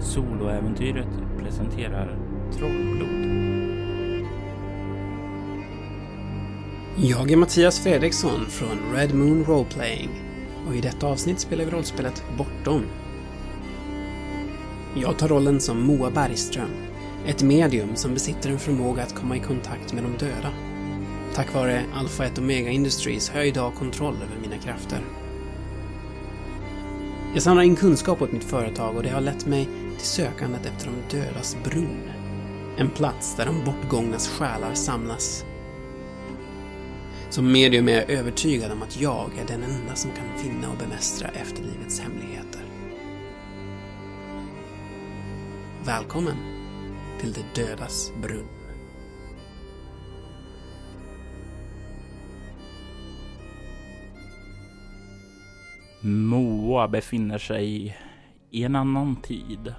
Soloäventyret presenterar Trollblod. Jag är Mattias Fredriksson från Red Moon Roleplaying och i detta avsnitt spelar vi rollspelet Bortom. Jag tar rollen som Moa Bergström, ett medium som besitter en förmåga att komma i kontakt med de döda. Tack vare Alpha 1 Omega Industries har jag idag kontroll över mina krafter. Jag samlar in kunskap åt mitt företag och det har lett mig till sökandet efter de dödas brunn. En plats där de bortgångnas själar samlas. Som medium är jag övertygad om att jag är den enda som kan finna och bemästra efterlivets hemligheter. Välkommen till det dödas brunn. Moa befinner sig i en annan tid.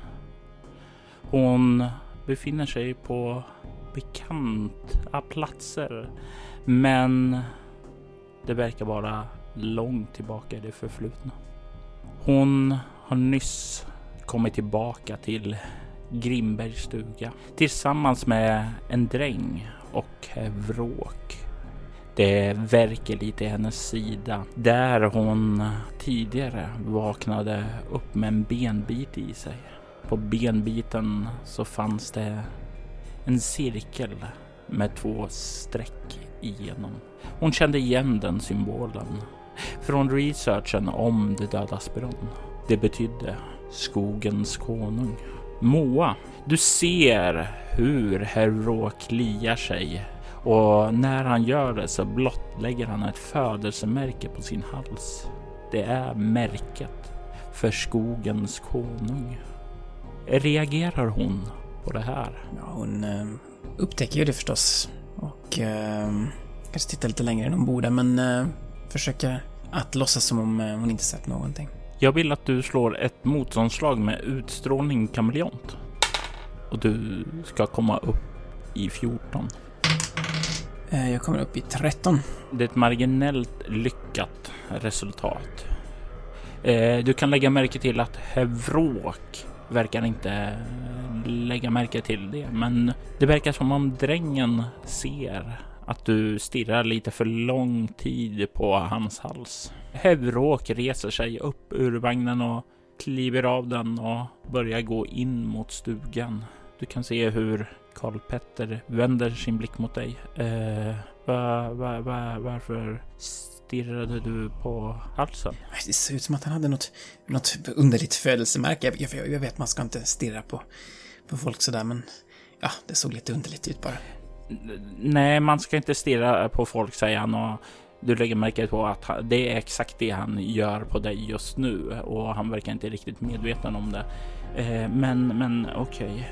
Hon befinner sig på bekanta platser, men det verkar vara långt tillbaka i det förflutna. Hon har nyss kommit tillbaka till Grimbergs stuga tillsammans med en dräng och vråk. Det verkar lite i hennes sida där hon tidigare vaknade upp med en benbit i sig. På benbiten så fanns det en cirkel med 2 streck igenom. Hon kände igen den symbolen från researchen om det dödas brunn. Det betydde skogens konung. Moa, du ser hur Hero kliar sig. Och när han gör det så blottlägger han ett födelsemärke på sin hals. Det är märket för skogens konung. Reagerar hon på det här? Ja, hon upptäcker ju det förstås. Och kanske tittar lite längre än hon borde, men försöker att låtsas som om hon inte sett någonting. Jag vill att du slår ett motståndslag med utstrålning kameleont. Och du ska komma upp i 14. Jag kommer upp i 13. Det är ett marginellt lyckat resultat. Du kan lägga märke till att Hevråk verkar inte lägga märke till det. Men det verkar som om drängen ser att du stirrar lite för lång tid på hans hals. Hevråk reser sig upp ur vagnen och kliver av den och börjar gå in mot stugan. Du kan se hur Karl Petter vänder sin blick mot dig. Varför stirrade du på halsen? Det ser ut som att han hade något underligt födelsemärke. Jag vet, man ska inte stirra på folk sådär, men ja, det såg lite underligt ut bara. Nej, man ska inte stirra på folk, säger han, och du lägger märke på att det är exakt det han gör på dig just nu, och han verkar inte riktigt medveten om det. Men okej.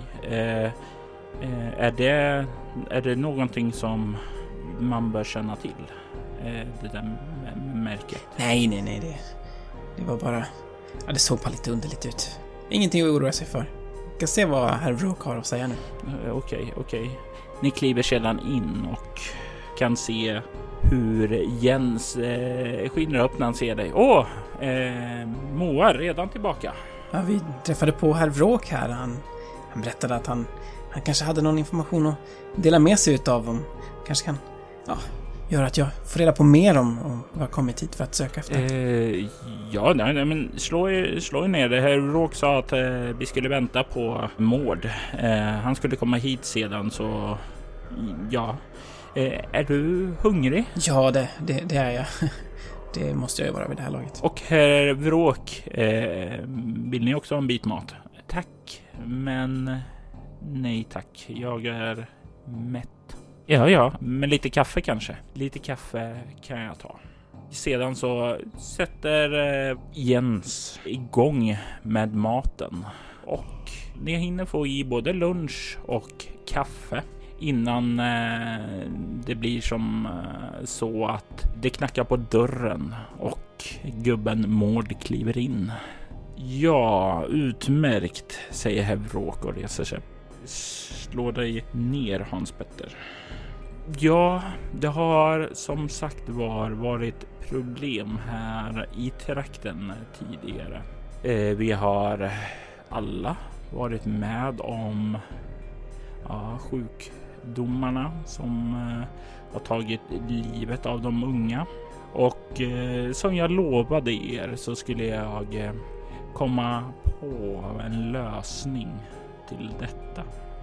Är det någonting som man bör känna till? Det där märket? Nej. Det var bara... Ja, det såg bara lite underligt ut. Ingenting att oroa sig för. Jag kan se vad herr Vrook har att säga nu. Okej. Ni kliver sedan in och kan se hur Jens skiner upp när han ser dig. Moa redan tillbaka. Ja, vi träffade på herr Vrook här. Han berättade att han kanske hade någon information att dela med sig utav. Om kanske kan göra att jag får reda på mer om vad jag kommit hit för att söka efter. Nej, men slå er ner. Det här Vrook sa att vi skulle vänta på Mård. Han skulle komma hit sedan, så ja. Är du hungrig? Ja, det är jag. Det måste jag ju vara vid det här laget. Och herr Vrook, vill ni också ha en bit mat? Tack, men nej tack. Jag är mätt. Ja, men lite kaffe kanske. Lite kaffe kan jag ta. Sedan så sätter Jens igång med maten. Och ni hinner få i både lunch och kaffe innan det blir som så att det knackar på dörren och gubben Mård kliver in. Ja, utmärkt, säger Hevråk och reser sig. Slå dig ner, Hans Petter. Ja, det har som sagt varit problem här i trakten tidigare. Vi har alla varit med om sjukdomarna som har tagit livet av de unga. Och som jag lovade er så skulle jag komma på en lösning till detta.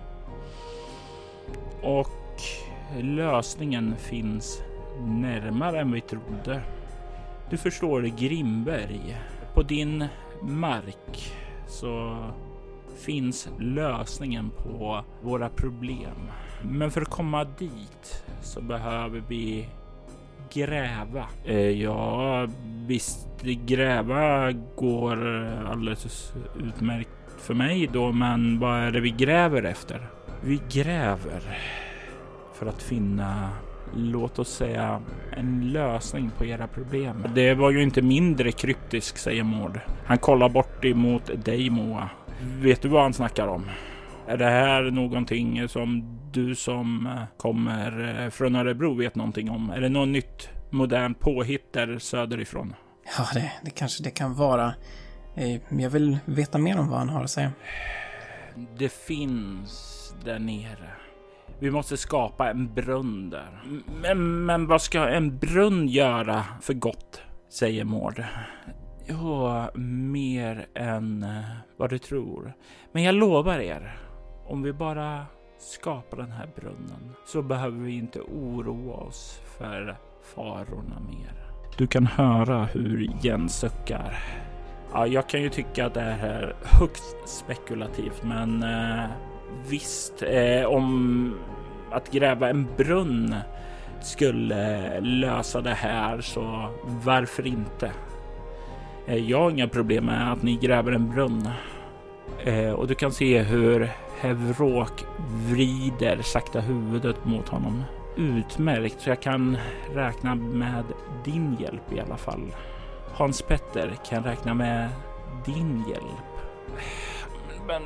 Och lösningen finns närmare än vi trodde. Du förstår, Grimberg, på din mark så finns lösningen på våra problem. Men för att komma dit så behöver vi gräva. Ja, visst, gräva går alldeles utmärkt för mig då, men vad är det vi gräver efter? Vi gräver för att finna, låt oss säga, en lösning på era problem. Det var ju inte mindre kryptisk, säger Mord. Han kollar bort emot dig, Moa. Vet du vad han snackar om? Är det här någonting som du som kommer från Örebro vet någonting om? Är det något nytt, modernt påhitt där söderifrån? Ja, det kanske det kan vara. Jag vill veta mer om vad han har att säga. Det finns där nere. Vi måste skapa en brunn där. Men vad ska en brunn göra för gott, säger Mord. Ja, mer än vad du tror. Men jag lovar er, om vi bara skapar den här brunnen så behöver vi inte oroa oss för farorna mer. Du kan höra hur Jens suckar. Ja, jag kan ju tycka att det här är högst spekulativt, men visst, om att gräva en brunn skulle lösa det här så varför inte? Jag har inga problem med att ni gräver en brunn. Och du kan se hur Hevråk vrider sakta huvudet mot honom. Utmärkt, så jag kan räkna med din hjälp i alla fall. Hans Petter kan räkna med din hjälp. Men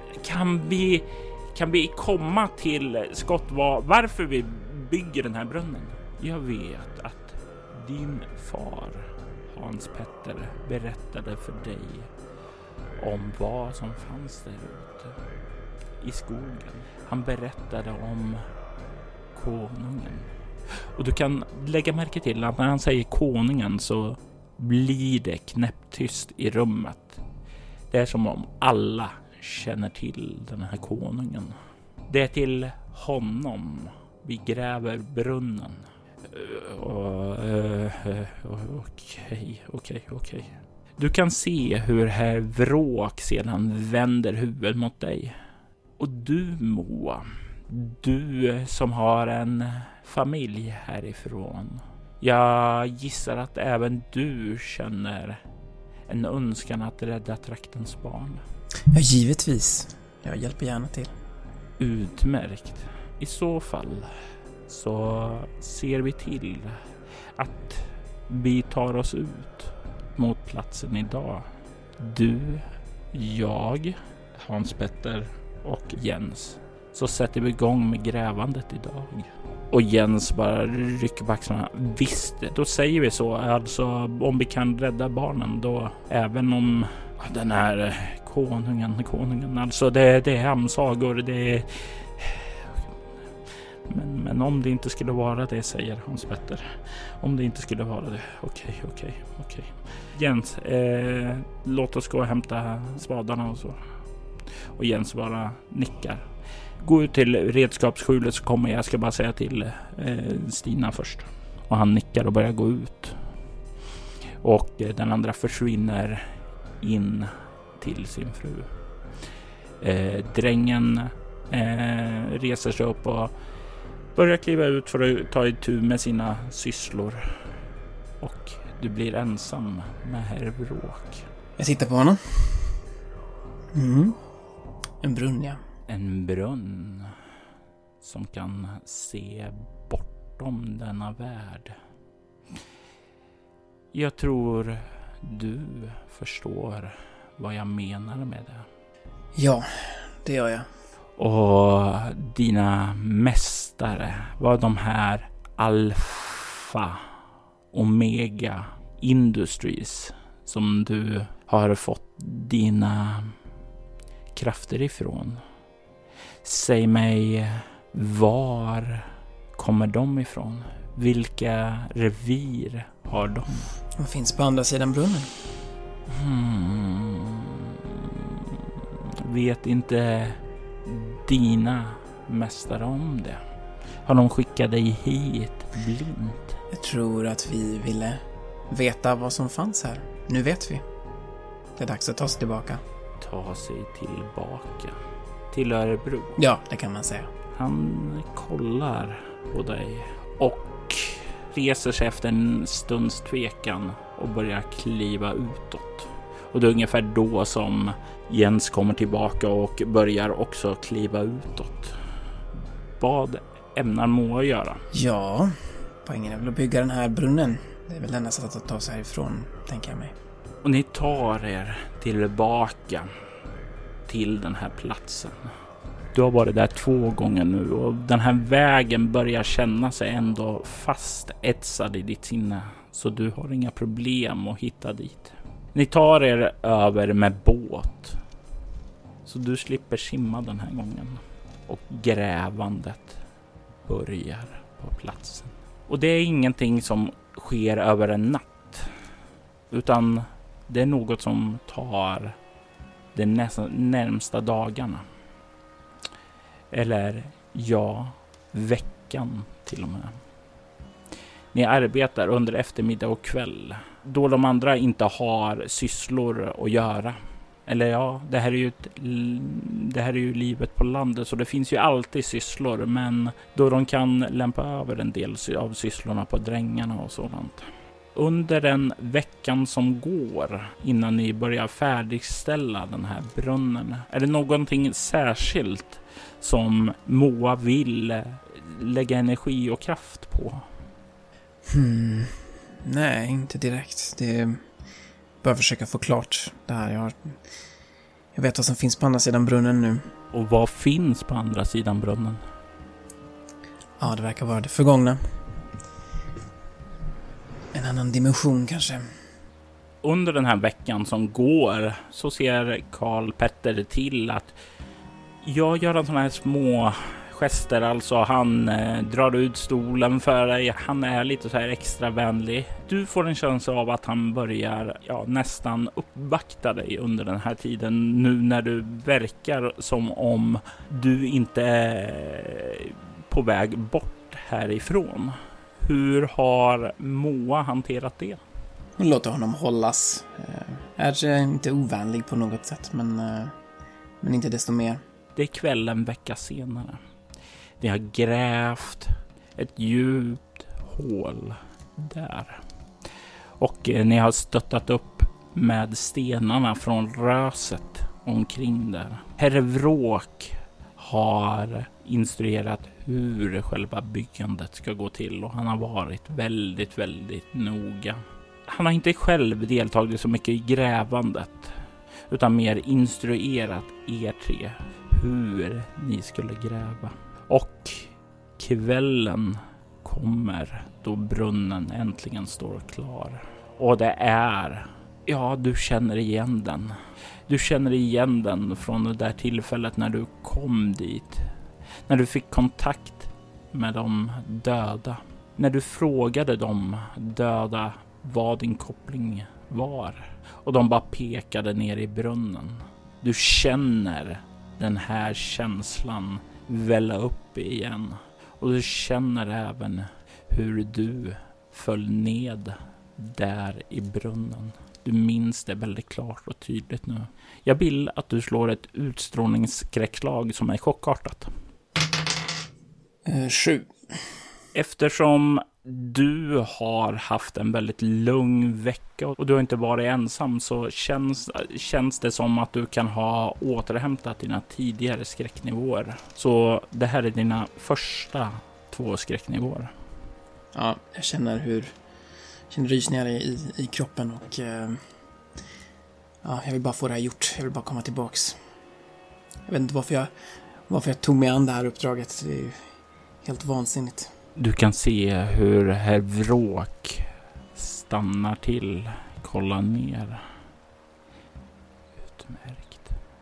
kan vi komma till skott varför vi bygger den här brunnen? Jag vet att din far Hans Petter berättade för dig om vad som fanns där ute i skogen. Han berättade om konungen. Och du kan lägga märke till att när han säger konungen så blir det knäpptyst i rummet. Det är som om alla känner till den här konungen. Det är till honom vi gräver brunnen. Okej. Du kan se hur herr Vråk sedan vänder huvudet mot dig. Och du, Moa, du som har en familj härifrån. Jag gissar att även du känner en önskan att rädda traktens barn. Ja, givetvis. Jag hjälper gärna till. Utmärkt. I så fall så ser vi till att vi tar oss ut mot platsen idag. Du, jag, Hans Petter och Jens. Så sätter vi igång med grävandet idag. Och Jens bara rycker på axlarna. Visst, då säger vi så. Alltså om vi kan rädda barnen då. Även om den här konungen. Alltså det är hemsagor. Det är... Men om det inte skulle vara det, säger Hans Petter. Om det inte skulle vara det. Okej. Jens, låt oss gå och hämta spadarna och så. Och Jens bara nickar. Gå ut till redskapsskjulet så kommer jag ska bara säga till Stina först. Och han nickar och börjar gå ut. Och den andra försvinner in till sin fru. Drängen reser sig upp och börjar kliva ut för att ta itu med sina sysslor. Och du blir ensam med herr Vråk. Jag tittar på honom. En brunn, ja. En brunn som kan se bortom denna värld. Jag tror du förstår vad jag menar med det. Ja, det gör jag. Och dina mästare var de här Alpha Omega Industries som du har fått dina krafter ifrån. Säg mig, var kommer de ifrån? Vilka revir har de? De finns på andra sidan brunnen. Vet inte dina mästare om det? Har de skickat dig hit blint? Jag tror att vi ville veta vad som fanns här. Nu vet vi. Det är dags att ta sig tillbaka. Ta sig tillbaka till Örebro? Ja, det kan man säga. Han kollar på dig och reser sig efter en stunds tvekan och börjar kliva utåt. Och det är ungefär då som Jens kommer tillbaka och börjar också kliva utåt. Vad ämnar Moa göra? Ja, poängen är väl att bygga den här brunnen. Det är väl enda sättet att ta sig härifrån, tänker jag mig. Och ni tar er tillbaka till den här platsen. Du har varit där 2 gånger nu och den här vägen börjar känna sig ändå fast etsad i ditt sinne. Så du har inga problem att hitta dit. Ni tar er över med båt. Så du slipper simma den här gången. Och grävandet börjar på platsen. Och det är ingenting som sker över en natt. Utan det är något som tar de närmsta dagarna. Eller ja, veckan till och med. Ni arbetar under eftermiddag och kväll. Då de andra inte har sysslor att göra. Eller ja, det här är ju livet på landet. Så det finns ju alltid sysslor. Men då de kan lämpa över en del av sysslorna på drängarna och sådant. Under den veckan som går innan ni börjar färdigställa den här brunnen. Är det någonting särskilt som Moa vill lägga energi och kraft på? Nej, inte direkt. Det är bara försöka få klart det här. Jag vet vad som finns på andra sidan brunnen nu. Och vad finns på andra sidan brunnen? Ja, det verkar vara det förgångna. En annan dimension kanske. Under den här veckan som går så ser Karl Petter till att jag gör sådana här små gester. Alltså han drar ut stolen för dig. Han är lite så här extra vänlig. Du får en känsla av att han börjar nästan uppvakta dig under den här tiden. Nu när du verkar som om du inte är på väg bort härifrån. Hur har Moa hanterat det? Hon låter honom hållas. Är inte ovänlig på något sätt, men inte desto mer. Det är kväll en vecka senare. Ni har grävt ett djupt hål där. Och ni har stöttat upp med stenarna från röset omkring där. Herr Vråk har instruerat hur själva byggandet ska gå till och han har varit väldigt, väldigt noga. Han har inte själv deltagit så mycket i grävandet utan mer instruerat er 3 hur ni skulle gräva. Och kvällen kommer då brunnen äntligen står klar. Och det är, du känner igen den. Du känner igen den från det där tillfället när du kom dit. När du fick kontakt med de döda. När du frågade de döda vad din koppling var. Och de bara pekade ner i brunnen. Du känner den här känslan välla upp igen. Och du känner även hur du föll ned där i brunnen. Du minns det väldigt klart och tydligt nu. Jag vill att du slår ett utstrålningsskräckslag som är chockartat. 7. Eftersom du har haft en väldigt lugn vecka och du har inte varit ensam så känns det som att du kan ha återhämtat dina tidigare skräcknivåer. Så det här är dina första 2 skräcknivåer. Ja, jag känner rysningar i kroppen och jag vill bara få det här gjort. Jag vill bara komma tillbaks. Jag vet inte varför jag tog mig an det här uppdraget. Det är ju helt vansinnigt. Du kan se hur herr Vråk stannar till, kollar ner. Utmärkt.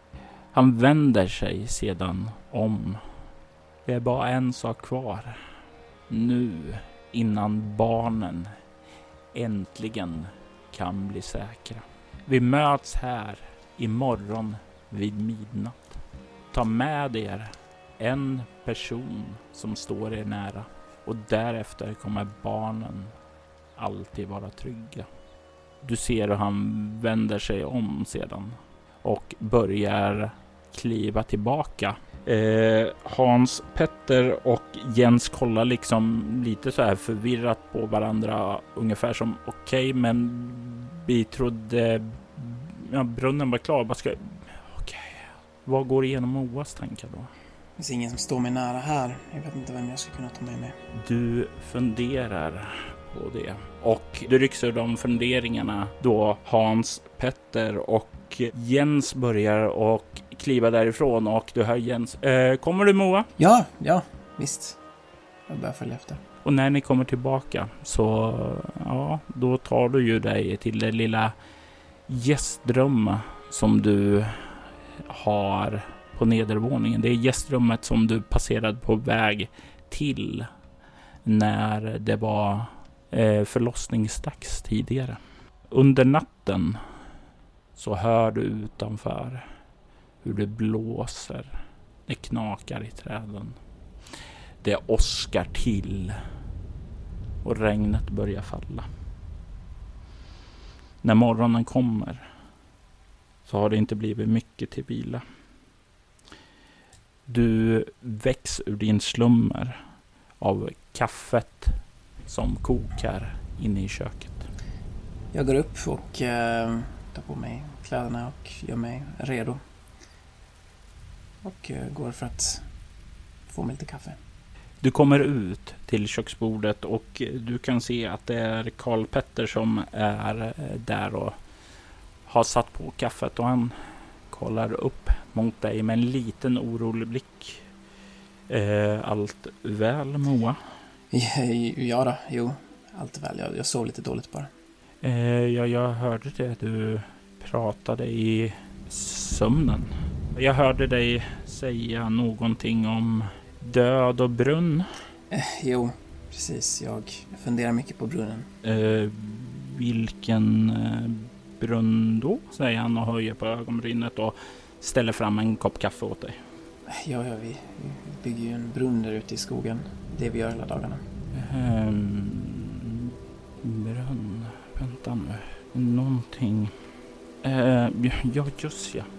Han vänder sig sedan om. Det är bara en sak kvar. Nu, innan barnen äntligen kan bli säkra. Vi möts här imorgon vid midnatt. Ta med er en person som står er nära. Och därefter kommer barnen alltid vara trygga. Du ser hur han vänder sig om sedan och börjar kliva tillbaka. Hans, Petter och Jens kollar liksom lite så här förvirrat på varandra, ungefär som okej, men vi trodde brunnen var klar. Vad går igenom Moas tankar då? Det finns ingen som står mig nära här. Jag vet inte vem jag ska kunna ta med mig. Du funderar på det. Och du rycks ur de funderingarna då Hans, Petter och Jens börjar och kliva därifrån och du hör Jens. Kommer du, Moa? Ja, visst. Jag börjar följa efter. Och när ni kommer tillbaka så då tar du ju dig till det lilla gästrum som du har på nedervåningen. Det är gästrummet som du passerade på väg till när det var förlossningsdags tidigare. Under natten så hör du utanför hur det blåser. Det knakar i träden. Det åskar till och regnet börjar falla. När morgonen kommer så har det inte blivit mycket till vila. Du väcks ur din slummer av kaffet som kokar inne i köket. Jag går upp och tar på mig kläderna och gör mig redo. Och går för att få mig lite kaffe. Du kommer ut till köksbordet och du kan se att det är Karl Petter som är där och har satt på kaffet, och han kollar upp mot dig med en liten orolig blick. Allt väl, Moa? Ja då, jo. Allt väl. Jag sov lite dåligt bara. Jag hörde det. Du pratade i sömnen. Jag hörde dig säga någonting om död och brunn. Jo, precis. Jag funderar mycket på brunnen. Vilken brunn då? Säger han och höjer på ögonbrynet och ställer fram en kopp kaffe åt dig. Ja, vi bygger ju en brunn där ute i skogen. Det vi gör hela dagarna. Brunn. Vänta nu. Någonting. Ja, just ja.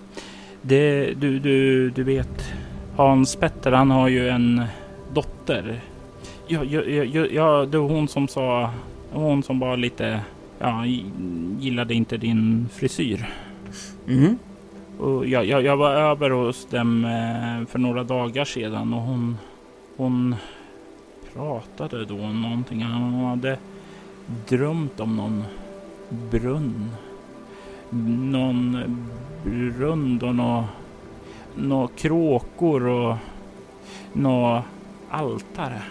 Du vet, Hans Petter, han har ju en dotter. Ja, det var hon som sa, hon som var lite, gillade inte din frisyr. Mm. Och jag var över hos dem för några dagar sedan och hon pratade då om någonting. Han hade drömt om någon brunn. Någon brunn och några kråkor och några altare.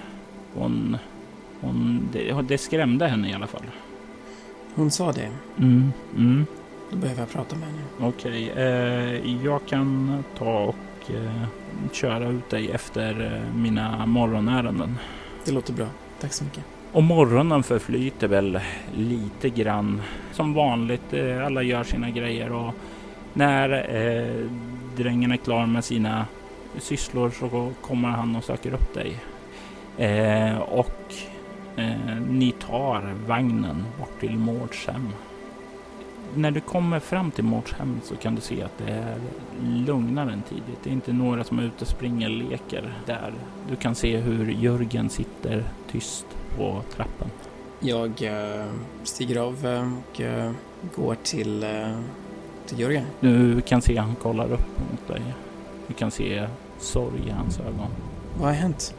Det skrämde henne i alla fall. Hon sa det? Mm. Då behöver jag prata med henne. Okej, jag kan ta och köra ut dig efter mina morgonärenden. Det låter bra. Tack så mycket. Och morgonen förflyter väl lite grann som vanligt. Alla gör sina grejer och när drängen är klar med sina sysslor så kommer han och söker upp dig. Och ni tar vagnen bort till Mårdshem. När du kommer fram till Mårdshem så kan du se att det är lugnare än tidigt. Det är inte några som är ute och springer och leker där. Du kan se hur Jörgen sitter tyst på trappen. Jag stiger av och går till Jörgen. Du kan se han kollar upp mot dig. Du kan se sorg i hans ögon. Vad har hänt?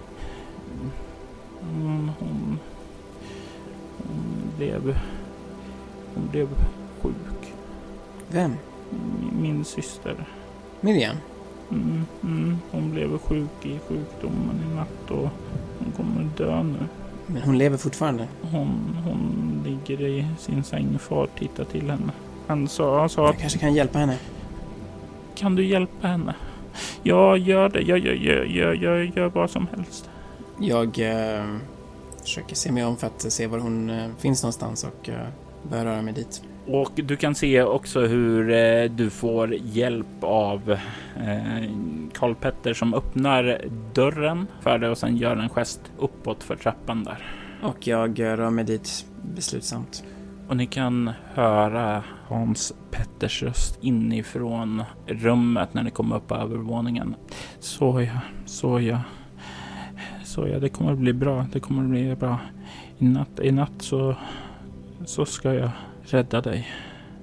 Hon blev sjuk. Vem? Min syster. Miriam? Hon blev sjuk i sjukdomen i natt och hon kommer dö nu. Men hon lever fortfarande? Hon ligger i sin säng. Far tittar till henne. Han sa jag att... kanske kan hjälpa henne. Kan du hjälpa henne? Jag gör det. Jag gör vad som helst. Jag försöker se mig om för att se var hon finns någonstans och börjar röra mig dit. Och du kan se också hur du får hjälp av Karl Petter som öppnar dörren för dig och sen gör en gest uppåt för trappan där. Och jag rör mig dit beslutsamt. Och ni kan höra Hans Petters röst inifrån rummet när ni kommer upp på övervåningen. Så ja. Det kommer att bli bra. Det kommer att bli bra. I natt så ska jag rädda dig.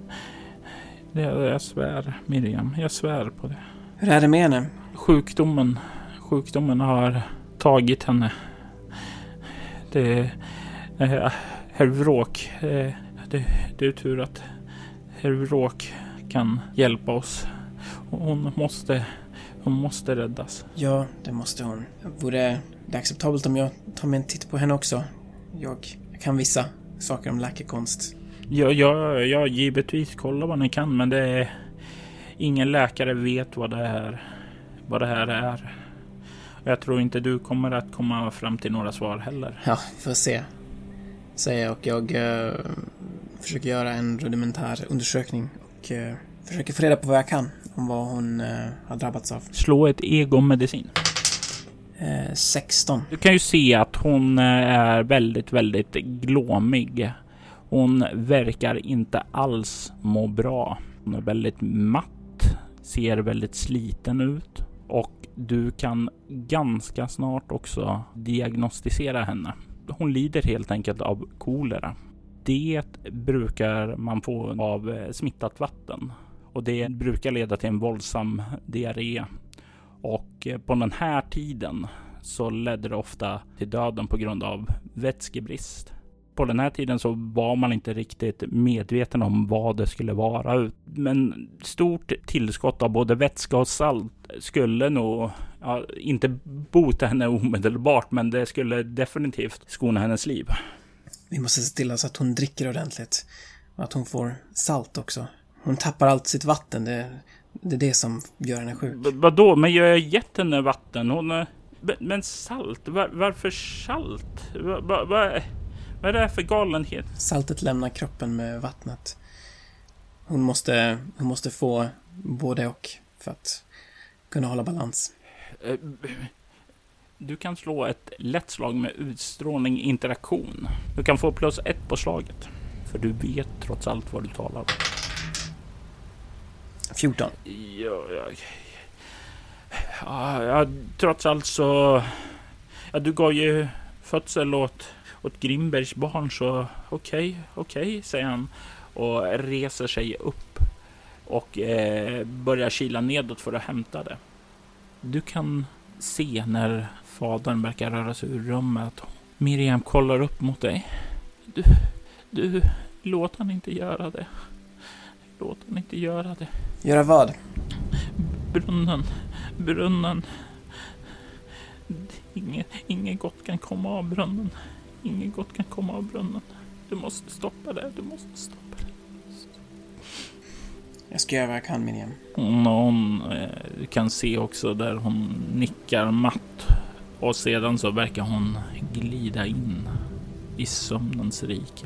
Jag svär, Miriam. Jag svär på det. Hur är det med henne? Sjukdomen har tagit henne. Det är herr Vråk. Det är tur att herr Vråk kan hjälpa oss. Hon måste räddas. Ja, det måste hon. Vore det acceptabelt om jag tar mig en titt på henne också? Jag kan vissa saker om läkekonst. Ja, givetvis kolla vad ni kan, men det är ingen läkare vet vad det här är. Jag tror inte du kommer att komma fram till några svar heller. Ja, vi får se. Säger jag, och jag försöker göra en rudimentär undersökning och försöker få reda på vad jag kan om vad hon har drabbats av. Slå ett egomedicin. 16. Du kan ju se att hon är väldigt, väldigt glåmig. Hon verkar inte alls må bra. Hon är väldigt matt, ser väldigt sliten ut och du kan ganska snart också diagnostisera henne. Hon lider helt enkelt av kolera. Det brukar man få av smittat vatten och det brukar leda till en våldsam diarré. Och på den här tiden så ledde det ofta till döden på grund av vätskebrist. På den här tiden så var man inte riktigt medveten om vad det skulle vara. Men stort tillskott av både vätska och salt skulle nog inte bota henne omedelbart, men det skulle definitivt skona hennes liv. Vi måste se till så att hon dricker ordentligt och att hon får salt också. Hon tappar allt sitt vatten, det är det som gör henne sjuk. Vadå? Men jag har gett henne vatten. Men salt? Varför salt? Vad är det för galenhet? Saltet lämnar kroppen med vattnet. Hon måste få både och för att kunna hålla balans. Du kan slå ett lätt slag med utstrålning interaktion. Du kan få +1 på slaget. För du vet trots allt vad du talar om. 14. Ja, trots allt så... Ja, du gav ju födsel åt Grimbergs barn, så okej, säger han. Och reser sig upp och börjar kila nedåt för att hämta det. Du kan se när fadern verkar röra sig ur rummet. Miriam kollar upp mot dig. Du, låt han inte göra det. Låt han inte göra det. Göra vad? Brunnen. Inget gott kan komma av brunnen. Inget gott kan komma av brunnen. Du måste stoppa det. Jag ska göra vad jag kan, Miriam. Någon kan se också där hon nickar matt. Och sedan så verkar hon glida in i sömnens rike.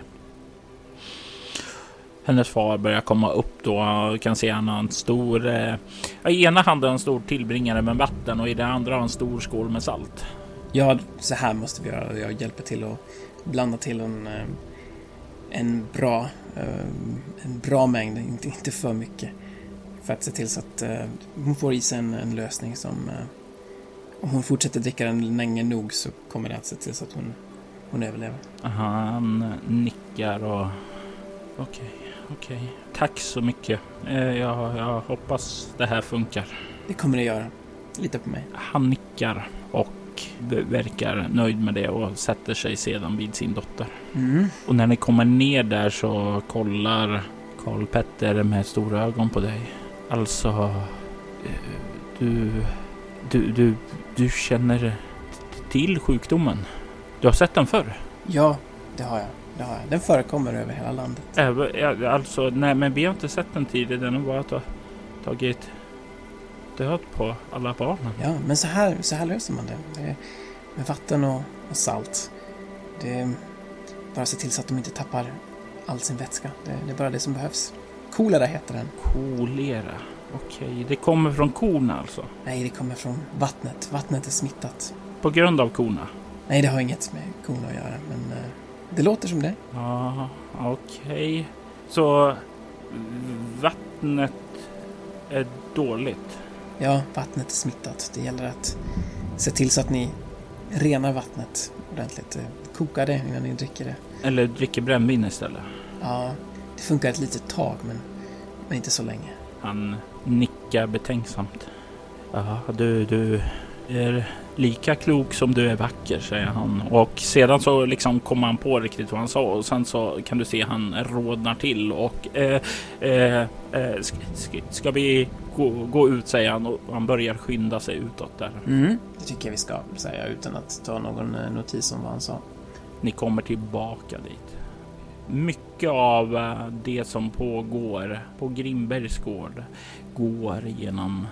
Hennes far börjar komma upp då och kan se han har en stor... I ena handen en stor tillbringare med vatten och i den andra en stor skål med salt. Ja, så här måste vi göra. Jag hjälper till att blanda till en bra mängd, inte för mycket. För att se till så att hon får i sig en lösning som... om hon fortsätter dricka den länge nog så kommer det att se till så att hon överlever. Han nickar och... Okej. Tack så mycket. Jag hoppas det här funkar. Det kommer det göra. Lita på mig. Han nickar och verkar nöjd med det och sätter sig sedan vid sin dotter. Och när ni kommer ner där så kollar Karl Petter med stora ögon på dig. Alltså, du känner till sjukdomen. Du har sett den förr? Ja, det har jag. Den förekommer över hela landet. Alltså, nej, men vi har inte sett den tidigare. Den har bara tagit död på alla barnen. Ja, men så här löser man det. Med vatten och salt. Det är bara se till så att de inte tappar all sin vätska. Det är bara det som behövs. Kolera heter den. Kolera? Okej, det kommer från korna alltså? Nej, det kommer från vattnet. Vattnet är smittat. På grund av korna? Nej, det har inget med korna att göra, men det låter som det. Ja, okej. Så vattnet är dåligt? Ja, vattnet är smittat. Det gäller att se till så att ni renar vattnet ordentligt. Koka det innan ni dricker det. Eller dricker brännvin istället? Ja, det funkar ett litet tag, men inte så länge. Han nickar betänksamt. Ja, du är lika klok som du är vacker, säger han. Och sedan så liksom kommer han på riktigt vad han sa. Och sen så kan du se han rodnar till. Och ska vi gå ut, säger han. Och han börjar skynda sig utåt där. Det tycker jag vi ska säga utan att ta någon notis om vad han sa. Ni kommer tillbaka dit. Mycket av det som pågår på Grimbergs gård går genom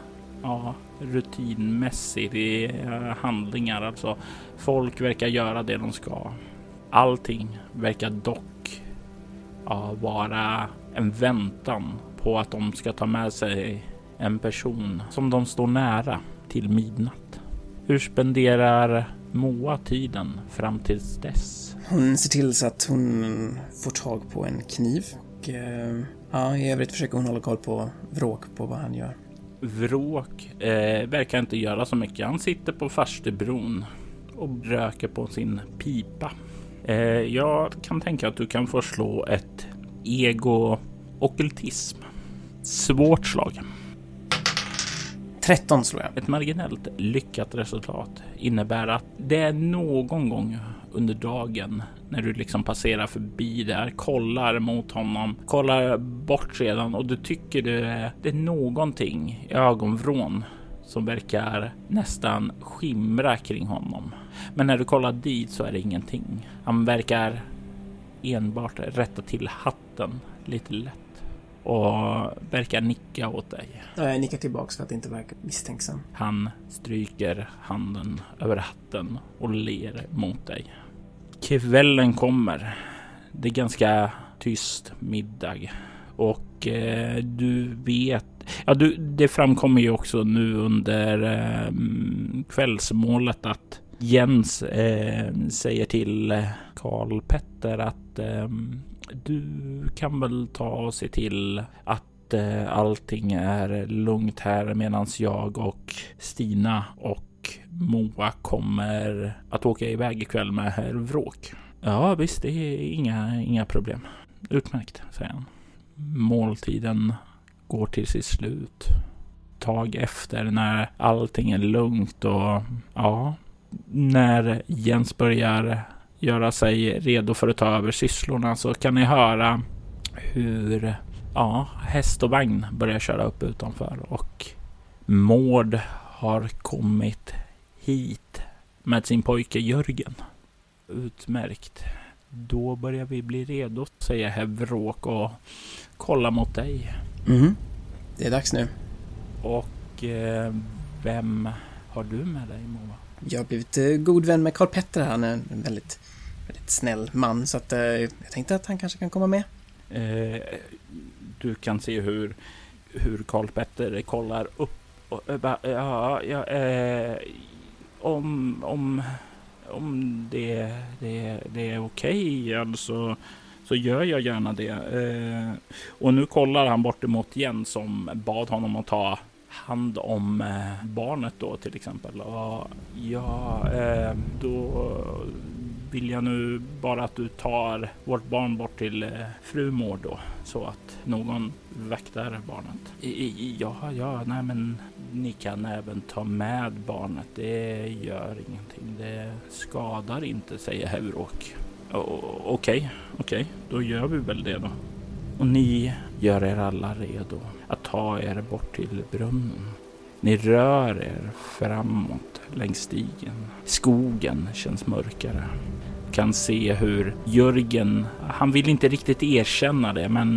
rutinmässiga handlingar. Alltså folk verkar göra det de ska. Allting verkar dock vara en väntan på att de ska ta med sig en person som de står nära till midnatt. Hur spenderar Moa tiden fram tills dess? Hon ser till så att hon får tag på en kniv. Och i övrigt försöker hon hålla koll på Vråk, på vad han gör. Vråk verkar inte göra så mycket. Han sitter på farstubron och röker på sin pipa. Jag kan tänka att du kan få slå ett ego-ockultism. Svårt slag. 13 slår jag. Ett marginellt lyckat resultat innebär att det är någon gång under dagen när du liksom passerar förbi där, kollar mot honom, kollar bort sedan och du tycker det är någonting i ögonvrån som verkar nästan skimra kring honom. Men när du kollar dit så är det ingenting. Han verkar enbart rätta till hatten lite lätt och verkar nicka åt dig. Jag nickar tillbaka för att inte verka misstänksam. Han stryker handen över hatten och ler mot dig. Kvällen kommer. Det är ganska tyst middag. Och du vet... det framkommer ju också nu under kvällsmålet att Jens säger till Karl Petter att du kan väl ta och se till att allting är lugnt här medan jag och Stina och Moa kommer att åka iväg ikväll med herr Vråk. Ja visst, det är inga problem. Utmärkt, säger han. Måltiden går till sitt slut. Tag efter när allting är lugnt och när Jens börjar göra sig redo för att ta över sysslorna så kan ni höra hur häst och vagn börjar köra upp utanför och Mård har kommit hit med sin pojke Jörgen. Utmärkt. Då börjar vi bli redo, säger herr Vråk och kolla mot dig. Det är dags nu. Och vem har du med dig, Moa? Jag har blivit god vän med Karl Petter. Han är en väldigt, väldigt snäll man så att jag tänkte att han kanske kan komma med. Du kan se hur Karl Petter kollar upp och om det är okej, alltså, så gör jag gärna det. Och nu kollar han bort emot Jens som bad honom att ta hand om barnet då till exempel. Och då vill jag nu bara att du tar vårt barn bort till fru Mård då, så att någon vaktar barnet. Nej men ni kan även ta med barnet, det gör ingenting, det skadar inte, säger herr Vråk. Okej, då gör vi väl det då. Och ni gör er alla redo att ta er bort till brunnen. Ni rör er framåt längs stigen. Skogen känns mörkare. Kan se hur Jörgen, han vill inte riktigt erkänna det, men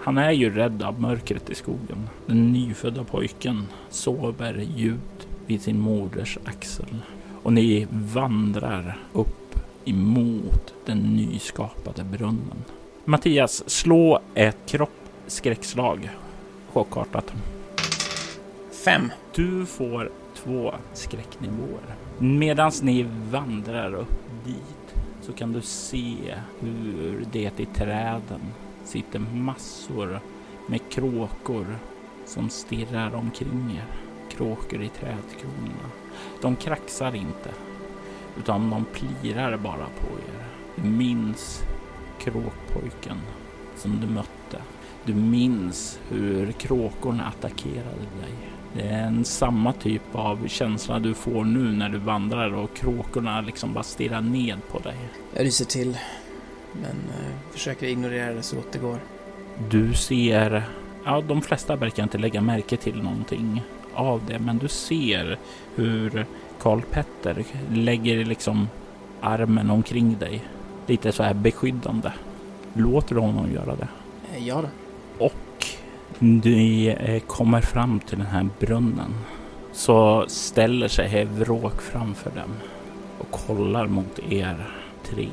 Han är ju rädd av mörkret i skogen. Den nyfödda pojken sover djupt vid sin moders axel. Och ni vandrar upp emot den nyskapade brunnen. Mattias, slå ett kroppsskräckslag. Chockartat. 5. Du får 2 skräcknivåer. Medan ni vandrar upp dit så kan du se hur det i träden sitter massor med kråkor som stirrar omkring er. Kråkor i trädkronorna. De kraxar inte, utan de plirar bara på er. Du minns kråkpojken som du mötte. Du minns hur kråkorna attackerade dig. Det är en samma typ av känsla du får nu när du vandrar och kråkorna liksom bara stirrar ned på dig. Jag ryser till, men försöker ignorera det så gott det går. Du ser, de flesta verkar inte lägga märke till någonting av det, men du ser hur Karl Petter lägger liksom armen omkring dig. Lite så här beskyddande. Låter du honom göra det? Ja då. Och ni kommer fram till den här brunnen. Så ställer sig Hevråk framför dem och kollar mot er 3.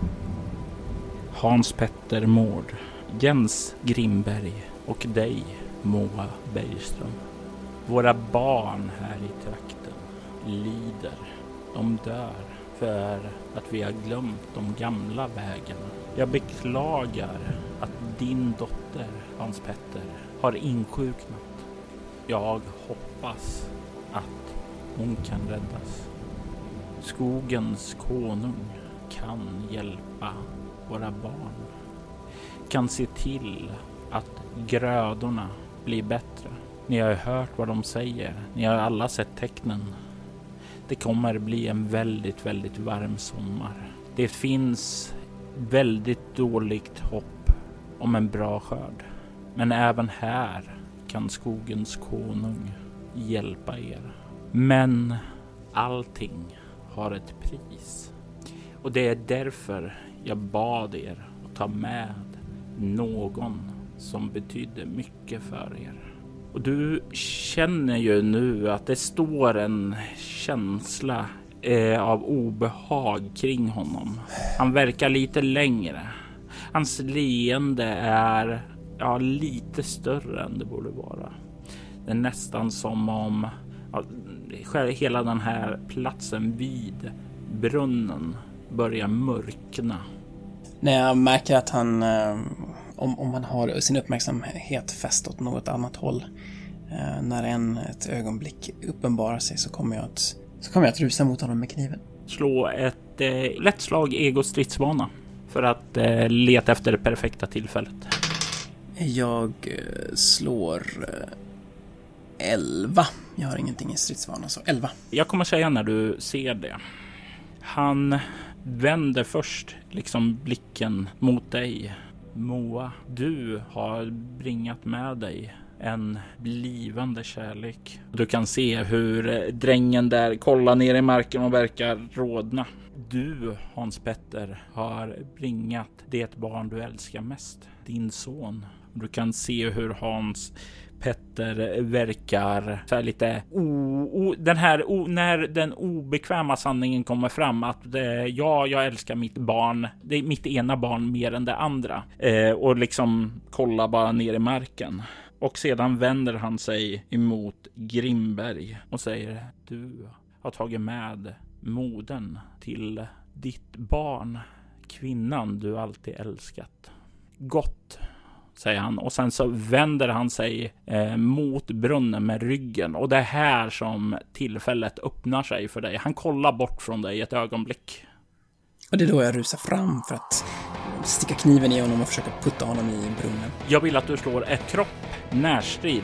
Hans Petter Mård, Jens Grimberg och dig, Moa Bergström. Våra barn här i trakten lider. De dör för att vi har glömt de gamla vägarna. Jag beklagar att din dotter, Hans Petter, har insjuknat. Jag hoppas att hon kan räddas. Skogens konung kan hjälpa våra barn. Kan se till att grödorna blir bättre. Ni har hört vad de säger. Ni har alla sett tecknen. Det kommer bli en väldigt, väldigt varm sommar. Det finns väldigt dåligt hopp om en bra skörd. Men även här kan skogens konung hjälpa er. Men allting har ett pris. Och det är därför jag bad er att ta med någon som betydde mycket för er. Och du känner ju nu att det står en känsla av obehag kring honom. Han verkar lite längre. Hans leende är lite större än det borde vara. Det är nästan som om hela den här platsen vid brunnen börjar mörkna. När jag märker att han, om man har sin uppmärksamhet fäst åt något annat håll, när ett ögonblick uppenbarar sig så kommer jag att rusa mot honom med kniven. Slå ett lätt slag ego-stridsvana för att leta efter det perfekta tillfället. Jag slår 11. Jag har ingenting i stridsvana, så 11. Jag kommer säga när du ser det. Han vänder först liksom blicken mot dig. Moa, du har bringat med dig en blivande kärlek. Du kan se hur drängen där kollar ner i marken och verkar rodna. Du, Hans Petter, har bringat det barn du älskar mest, din son. Du kan se hur Hans Petter verkar så här lite när den obekväma sanningen kommer fram att jag älskar mitt barn, det är mitt ena barn mer än det andra, och liksom kollar bara ner i marken. Och sedan vänder han sig emot Grimberg och säger: du har tagit med modern till ditt barn, kvinnan du alltid älskat. Gott, säger han, och sen så vänder han sig mot brunnen med ryggen, och det är här som tillfället öppnar sig för dig. Han kollar bort från dig ett ögonblick. Och det är då jag rusar fram för att sticka kniven i honom och försöka putta honom i brunnen. Jag vill att du slår ett kropp närstrid.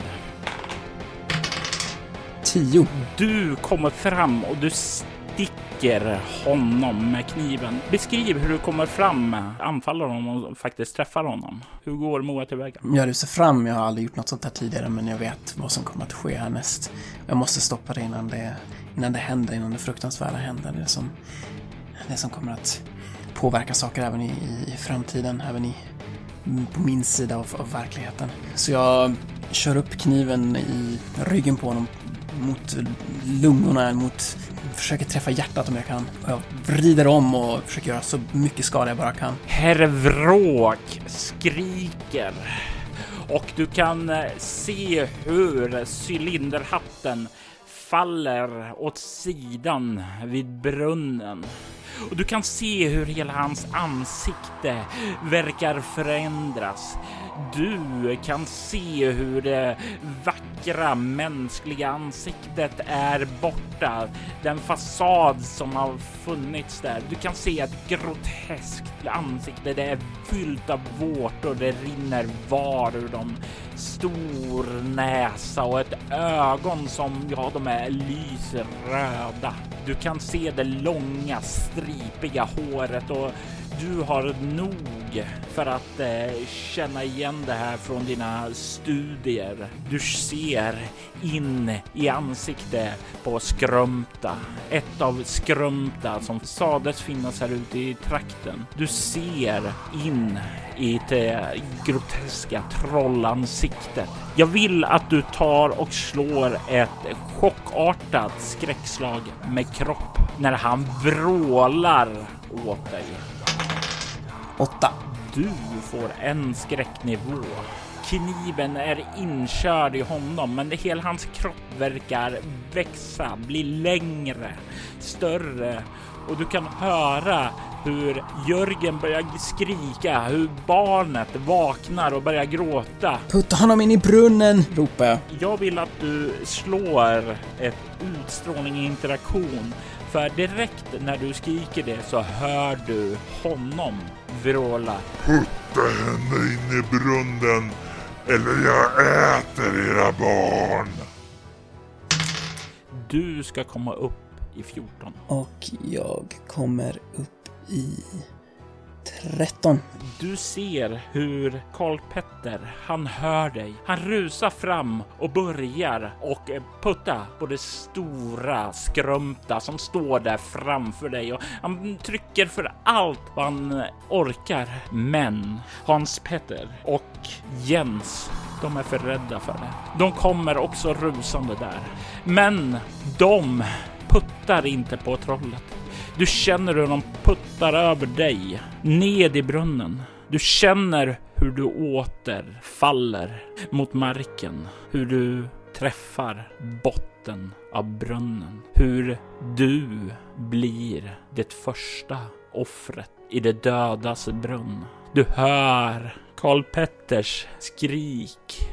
10. Du kommer fram och du sticker honom med kniven. Beskriv hur du kommer fram, anfaller honom och faktiskt träffar honom. Hur går Moa tillväga? Jag rusar fram, jag har aldrig gjort något sånt här tidigare, men jag vet vad som kommer att ske härnäst. Jag måste stoppa det innan det händer, innan det fruktansvärda händer. Det som kommer att påverka saker även i framtiden, även på min sida av verkligheten. Så jag kör upp kniven i ryggen på honom mot lungorna, försöker träffa hjärtat om jag kan. Och jag vrider om och försöker göra så mycket skada jag bara kan. Herr Vråk skriker och du kan se hur cylinderhatten faller åt sidan vid brunnen. Och du kan se hur hela hans ansikte verkar förändras. Du kan se hur det vackra mänskliga ansiktet är borta. Den fasad som har funnits där. Du kan se ett groteskt ansikte. Det är fyllt av vårtor. Det rinner var ur dem. Stor näsa och ett ögon som, ja, de är lysröda. Du kan se det långa stripiga håret och du har nog för att känna igen det här från dina studier. Du ser in i ansiktet på Skrumta. Ett av Skrumta som sades finnas här ute i trakten. Du ser in i det groteska trollansiktet. Jag vill att du tar och slår ett chockartat skräckslag med kropp när han vrålar åt dig. 8. Du får en skräcknivå. Kniven är inkörd i honom, men hela hans kropp verkar växa, bli längre, större. Och du kan höra hur Jörgen börjar skrika, hur barnet vaknar och börjar gråta. Putta honom in i brunnen, ropar jag. Jag vill att du slår ett utstrålning i interaktion. För direkt när du skriker det så hör du honom vråla. Putta henne in i brunnen eller jag äter era barn. Du ska komma upp i 14. Och jag kommer upp i 13. Du ser hur Karl Petter, han hör dig. Han rusar fram och börjar och putta på det stora Skrumta som står där framför dig. Och han trycker för allt vad han orkar. Men Hans Petter och Jens, de är för rädda för det. De kommer också rusande där. Men de puttar inte på trollet. Du känner hur de puttar över dig, ned i brunnen. Du känner hur du åter faller mot marken. Hur du träffar botten av brunnen. Hur du blir det första offret i det dödas brunn. Du hör Karl Petters skrik.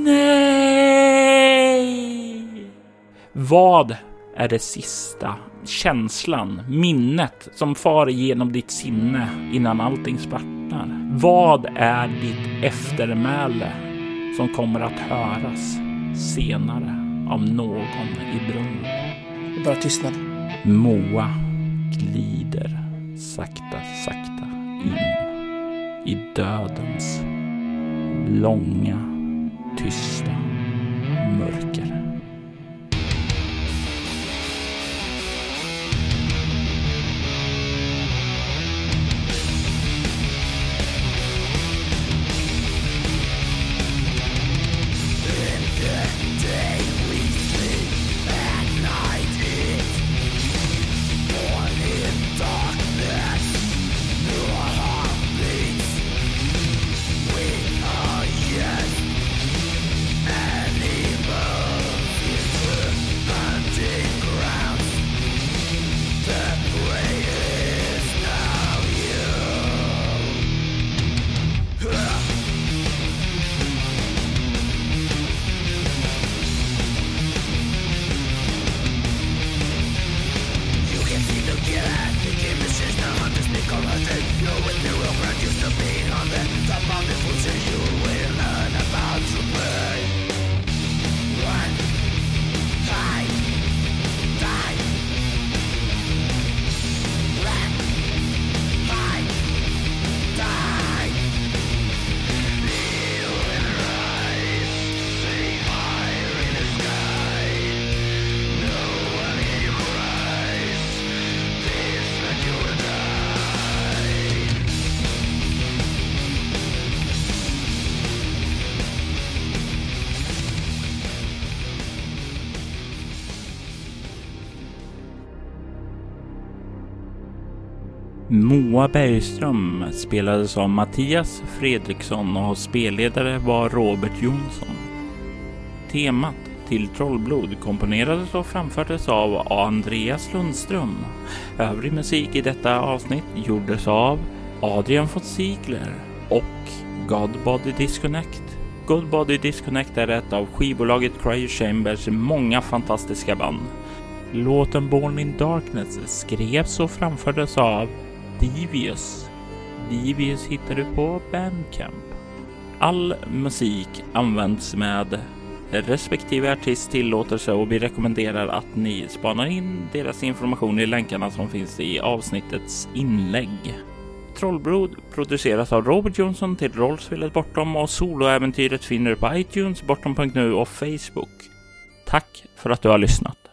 Nej! Vad är det sista känslan, minnet som far igenom ditt sinne innan allting svartnar? Vad är ditt eftermäle som kommer att höras senare av någon i brunnen? Det är bara tystnad. Moa glider sakta in i dödens långa, tysta mörker. Moa Bergström spelades av Mattias Fredriksson och spelledare var Robert Jonsson. Temat till Trollblod komponerades och framfördes av Andreas Lundström. Övrig musik i detta avsnitt gjordes av Adrian von Ziegler och Godbody Disconnect. Godbody Disconnect är ett av skivbolaget Cryo Chambers många fantastiska band. Låten Born in Darkness skrevs och framfördes av Devious. Devious hittar du på Bandcamp. All musik används med respektive artist tillåtelse och vi rekommenderar att ni spanar in deras information i länkarna som finns i avsnittets inlägg. Trollblod produceras av Robert Jonsson till rollspelet Bortom och soloäventyret finner du på iTunes, bortom.nu och Facebook. Tack för att du har lyssnat.